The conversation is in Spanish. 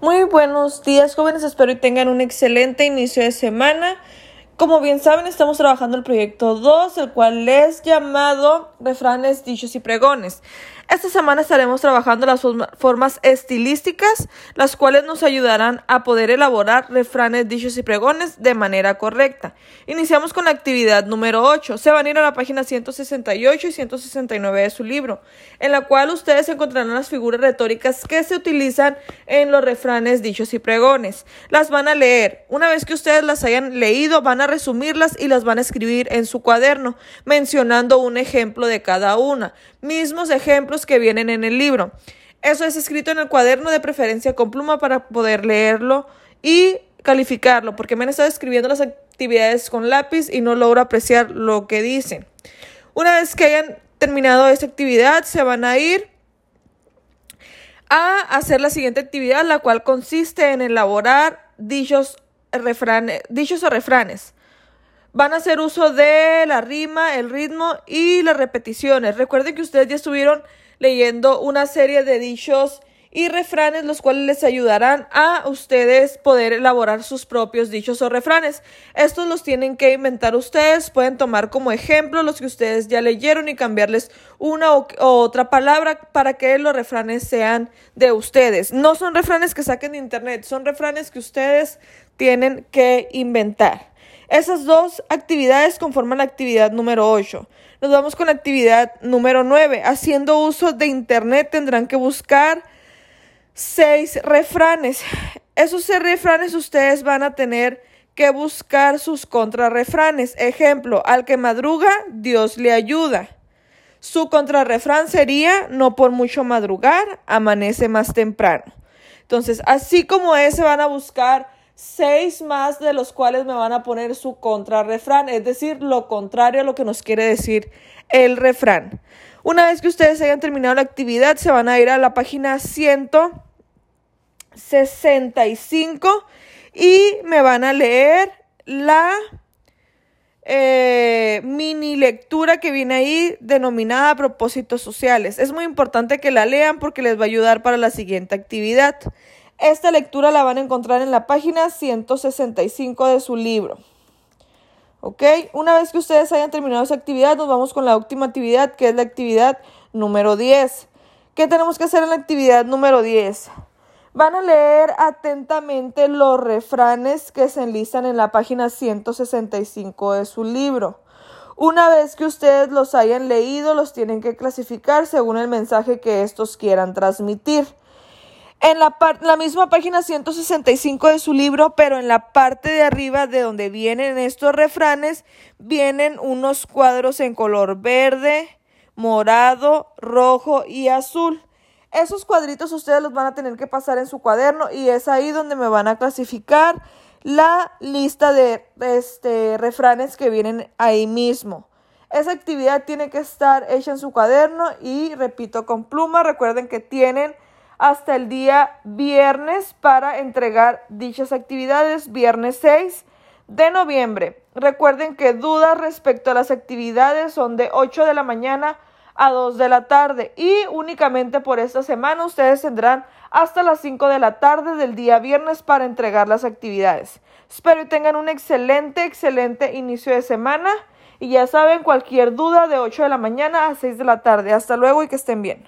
Muy buenos días, jóvenes. Espero y tengan un excelente inicio de semana. Como bien saben, estamos trabajando el proyecto 2, el cual es llamado Refranes, Dichos y Pregones. Esta semana estaremos trabajando las formas estilísticas, las cuales nos ayudarán a poder elaborar refranes, dichos y pregones de manera correcta. Iniciamos con la actividad número 8. Se van a ir a la página 168 y 169 de su libro, en la cual ustedes encontrarán las figuras retóricas que se utilizan en los refranes, dichos y pregones. Las van a leer. Una vez que ustedes las hayan leído, van a resumirlas y las van a escribir en su cuaderno, mencionando un ejemplo de cada una. Mismos ejemplos que vienen en el libro. Eso es escrito en el cuaderno, de preferencia con pluma, para poder leerlo y calificarlo, porque me han estado escribiendo las actividades con lápiz y no logro apreciar lo que dicen. Una vez que hayan terminado esta actividad, se van a ir a hacer la siguiente actividad, la cual consiste en elaborar dichos o refranes. Van a hacer uso de la rima, el ritmo y las repeticiones. Recuerden que ustedes ya estuvieron leyendo una serie de dichos y refranes, los cuales les ayudarán a ustedes poder elaborar sus propios dichos o refranes. Estos los tienen que inventar ustedes. Pueden tomar como ejemplo los que ustedes ya leyeron y cambiarles una u otra palabra para que los refranes sean de ustedes. No son refranes que saquen de internet, son refranes que ustedes tienen que inventar. Esas dos actividades conforman la actividad número 8. Nos vamos con la actividad número 9. Haciendo uso de internet tendrán que buscar 6 refranes. Esos 6 refranes ustedes van a tener que buscar sus contrarrefranes. Ejemplo, al que madruga, Dios le ayuda. Su contrarrefrán sería, no por mucho madrugar, amanece más temprano. Entonces, así como ese, van a buscar 6 más, de los cuales me van a poner su contrarrefrán, es decir, lo contrario a lo que nos quiere decir el refrán. Una vez que ustedes hayan terminado la actividad, se van a ir a la página 165 y me van a leer la mini lectura que viene ahí, denominada propósitos sociales. Es muy importante que la lean porque les va a ayudar para la siguiente actividad. Esta lectura la van a encontrar en la página 165 de su libro. ¿Ok? Una vez que ustedes hayan terminado esa actividad, nos vamos con la última actividad, que es la actividad número 10. ¿Qué tenemos que hacer en la actividad número 10? Van a leer atentamente los refranes que se enlistan en la página 165 de su libro. Una vez que ustedes los hayan leído, los tienen que clasificar según el mensaje que estos quieran transmitir. En la misma página 165 de su libro, pero en la parte de arriba de donde vienen estos refranes, vienen unos cuadros en color verde, morado, rojo y azul. Esos cuadritos ustedes los van a tener que pasar en su cuaderno y es ahí donde me van a clasificar la lista de refranes que vienen ahí mismo. Esa actividad tiene que estar hecha en su cuaderno y, repito, con pluma. Recuerden que tienen hasta el día viernes para entregar dichas actividades, viernes 6 de noviembre. Recuerden que dudas respecto a las actividades son de 8 de la mañana a 2 de la tarde y únicamente por esta semana ustedes tendrán hasta las 5 de la tarde del día viernes para entregar las actividades. Espero que tengan un excelente inicio de semana y ya saben, cualquier duda de 8 de la mañana a 6 de la tarde. Hasta luego y que estén bien.